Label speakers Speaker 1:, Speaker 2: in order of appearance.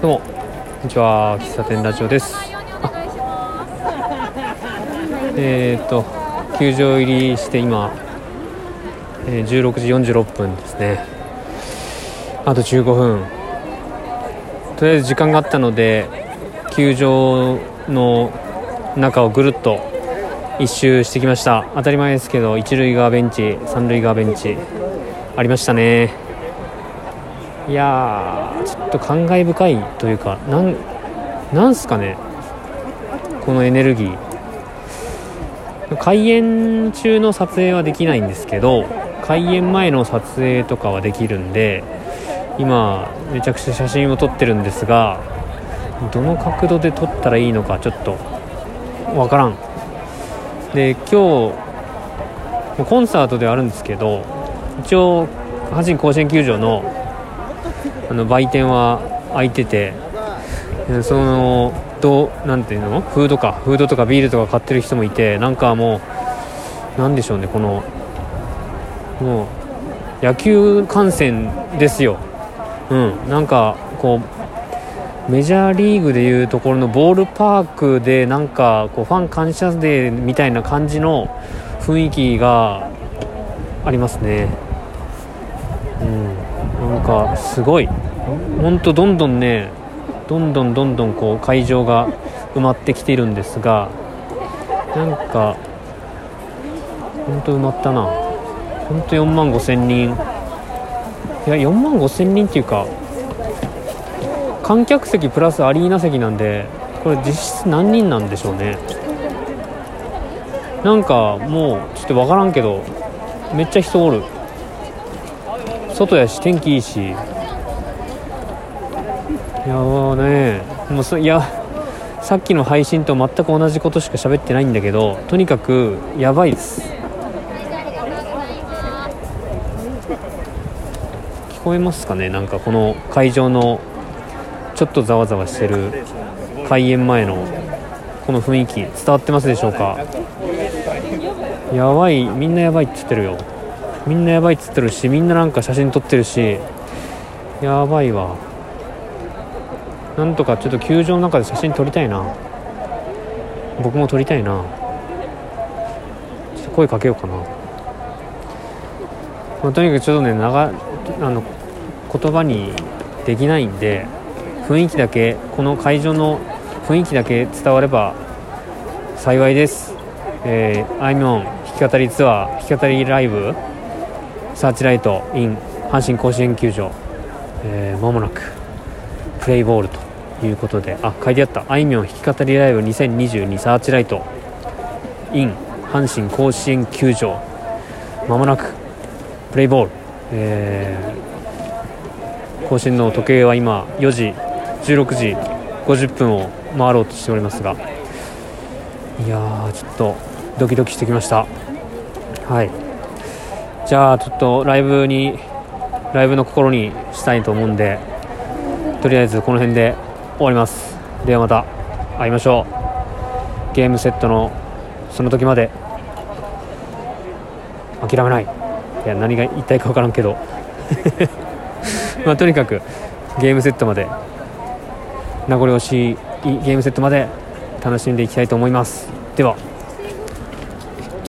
Speaker 1: どうもこんにちは、喫茶店ラジオです。球場入りして今、16時46分ですね。あと15分、とりあえず時間があったので球場の中をぐるっと一周してきました。当たり前ですけど、一塁側ベンチ、三塁側ベンチありましたね。いやー、ちょっと感慨深いというか、なんすかね、このエネルギー。開演中の撮影はできないんですけど、開演前の撮影とかはできるんで、今めちゃくちゃ写真を撮ってるんですが、どの角度で撮ったらいいのかちょっとわからん。で、今日コンサートではあるんですけど、一応阪神甲子園球場の売店は開いてて、そのなんていうの、フードとかビールとか買ってる人もいて、なんかもうなんでしょうね、このもう野球観戦ですよ。なんかこうメジャーリーグでいうところのボールパークで、なんかこうファン感謝デーみたいな感じの雰囲気がありますね。なんかすごい、ほんとどんどんこう会場が埋まってきているんですが、なんかほんと埋まったな。ほんと4万5千人、いや4万5千人っていうか、観客席プラスアリーナ席なんで、これ実質何人なんでしょうね。なんかもうちょっとわからんけど、めっちゃ人おる。外やし天気いいし、やばね。もうさっきの配信と全く同じことしか喋ってないんだけど、とにかくやばいです。聞こえますかね。なんかこの会場のちょっとざわざわしてる開演前のこの雰囲気伝わってますでしょうか。やばい、みんなやばいって言ってるよ。みんなやばいって言ってるし、みんななんか写真撮ってるし、やばいわ。なんとかちょっと球場の中で写真撮りたいな。僕も撮りたいな。ちょっと声かけようかな。とにかくちょっとね、言葉にできないんで、雰囲気だけ、この会場の雰囲気だけ伝われば幸いです。あいみょん弾き語りツアー、弾き語りライブサーチライト in 阪神甲子園球場、間もなくプレイボールということで、書いてあった。あいみょん弾き語りライブ2022サーチライト in 阪神甲子園球場、間もなくプレイボール。甲子園の時計は今4時16時50分を回ろうとしておりますが、いやー、ちょっとドキドキしてきました。はい、じゃあちょっとライブの心にしたいと思うんで、とりあえずこの辺で終わります。ではまた会いましょう。ゲームセットのその時まで諦めない。いや、何が言いたいか分からんけどとにかくゲームセットまで、名残惜しいゲームセットまで楽しんでいきたいと思います。では。